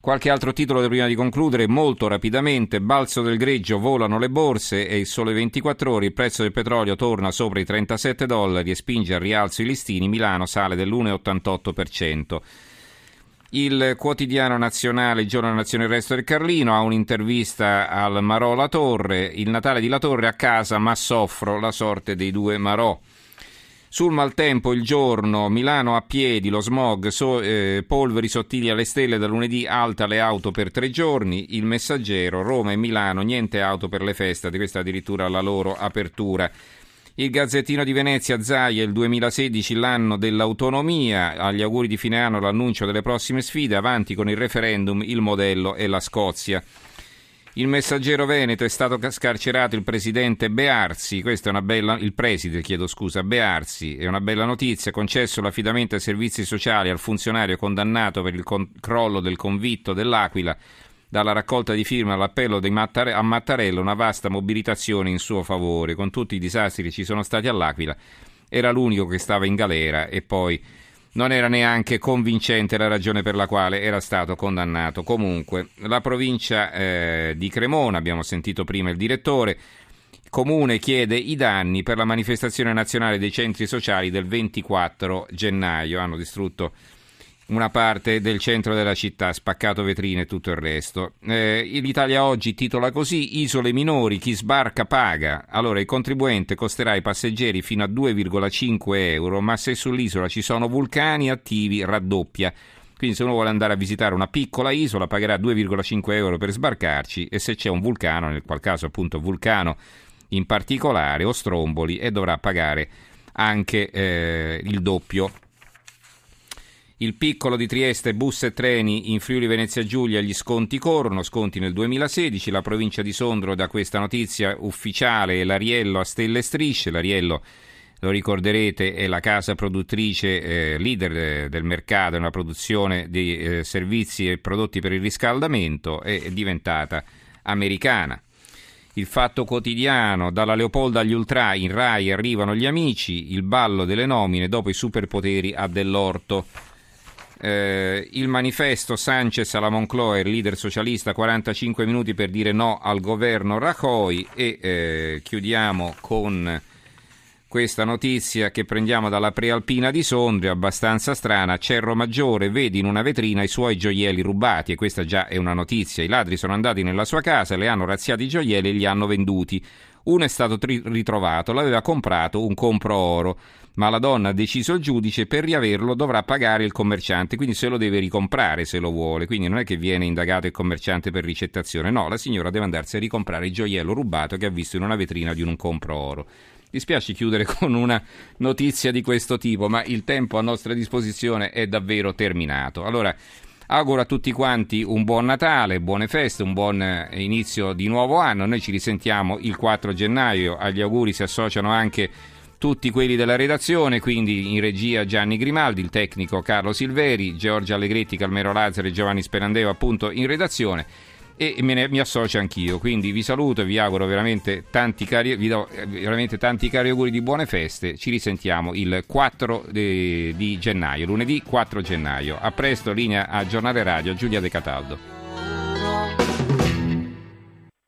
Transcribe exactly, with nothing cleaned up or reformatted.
Qualche altro titolo prima di concludere, molto rapidamente: balzo del greggio, volano le borse, e il Sole ventiquattro Ore, il prezzo del petrolio torna sopra i trentasette dollari e spinge al rialzo i listini, Milano sale dell'uno virgola ottantotto per cento. Il Quotidiano Nazionale, il Giorno della Nazione, il Resto del Carlino, ha un'intervista al Marò Latorre: il Natale di Latorre a casa ma soffro la sorte dei due Marò. Sul Maltempo, Il Giorno, Milano a piedi, lo smog, so, eh, polveri sottili alle stelle da lunedì, alta le auto per tre giorni. Il Messaggero, Roma e Milano, niente auto per le feste, di questa addirittura la loro apertura. Il Gazzettino di Venezia, Zaia, il duemilasedici l'anno dell'autonomia, agli auguri di fine anno l'annuncio delle prossime sfide, avanti con il referendum, il modello e la Scozia. Il Messaggero Veneto, è stato scarcerato il presidente Bearzi, questa è una bella, il preside, chiedo scusa, Bearzi, è una bella notizia, concesso l'affidamento ai servizi sociali al funzionario condannato per il con- crollo del convitto dell'Aquila, dalla raccolta di firme all'appello di Mattare- a Mattarella, una vasta mobilitazione in suo favore, con tutti i disastri che ci sono stati all'Aquila, era l'unico che stava in galera e poi non era neanche convincente la ragione per la quale era stato condannato. Comunque, la provincia eh, di Cremona, abbiamo sentito prima il direttore, il comune chiede i danni per la manifestazione nazionale dei centri sociali del ventiquattro gennaio. Hanno distrutto una parte del centro della città, spaccato vetrine e tutto il resto. Eh, L'Italia Oggi titola così: isole minori, chi sbarca paga. Allora, il contribuente costerà ai passeggeri fino a due virgola cinque euro, ma se sull'isola ci sono vulcani attivi raddoppia. Quindi se uno vuole andare a visitare una piccola isola pagherà due virgola cinque euro per sbarcarci, e se c'è un vulcano, nel qual caso appunto vulcano in particolare o stromboli, e dovrà pagare anche eh, il doppio. Il Piccolo di Trieste, bus e treni in Friuli Venezia Giulia, gli sconti corrono, sconti nel duemilasedici. La provincia di Sondrio da questa notizia ufficiale: l'Ariello a stelle e strisce. L'Ariello, lo ricorderete, è la casa produttrice eh, leader eh, del mercato nella produzione di eh, servizi e prodotti per il riscaldamento, è diventata americana. Il Fatto Quotidiano, dalla Leopolda agli Ultra, in Rai arrivano gli amici, il ballo delle nomine dopo i superpoteri a Dell'Orto. Eh, il Manifesto, Sanchez alla Moncloa, il leader socialista, quarantacinque minuti per dire no al governo Rajoy. E eh, chiudiamo con questa notizia che prendiamo dalla Prealpina di Sondrio, abbastanza strana: Cerro Maggiore, vedi in una vetrina i suoi gioielli rubati, e questa già è una notizia. I ladri sono andati nella sua casa, le hanno razziati i gioielli e li hanno venduti. Uno è stato tri- ritrovato, l'aveva comprato un compro oro, ma la donna ha deciso il giudice, per riaverlo dovrà pagare il commerciante, quindi se lo deve ricomprare se lo vuole. Quindi non è che viene indagato il commerciante per ricettazione, no, la signora deve andarsi a ricomprare il gioiello rubato che ha visto in una vetrina di un compro oro. Mi spiace chiudere con una notizia di questo tipo, ma il tempo a nostra disposizione è davvero terminato. Allora, auguro a tutti quanti un buon Natale, buone feste, un buon inizio di nuovo anno. Noi ci risentiamo il quattro gennaio, agli auguri si associano anche tutti quelli della redazione, quindi in regia Gianni Grimaldi, il tecnico Carlo Silveri, Giorgia Allegretti, Calmero Lazzaro e Giovanni Sperandeo appunto in redazione, e me ne, mi associo anch'io. Quindi vi saluto e vi auguro veramente tanti cari, vi do veramente tanti cari auguri di buone feste. Ci risentiamo il quattro di gennaio, lunedì quattro gennaio. A presto, linea a Giornale Radio, Giulia De Cataldo.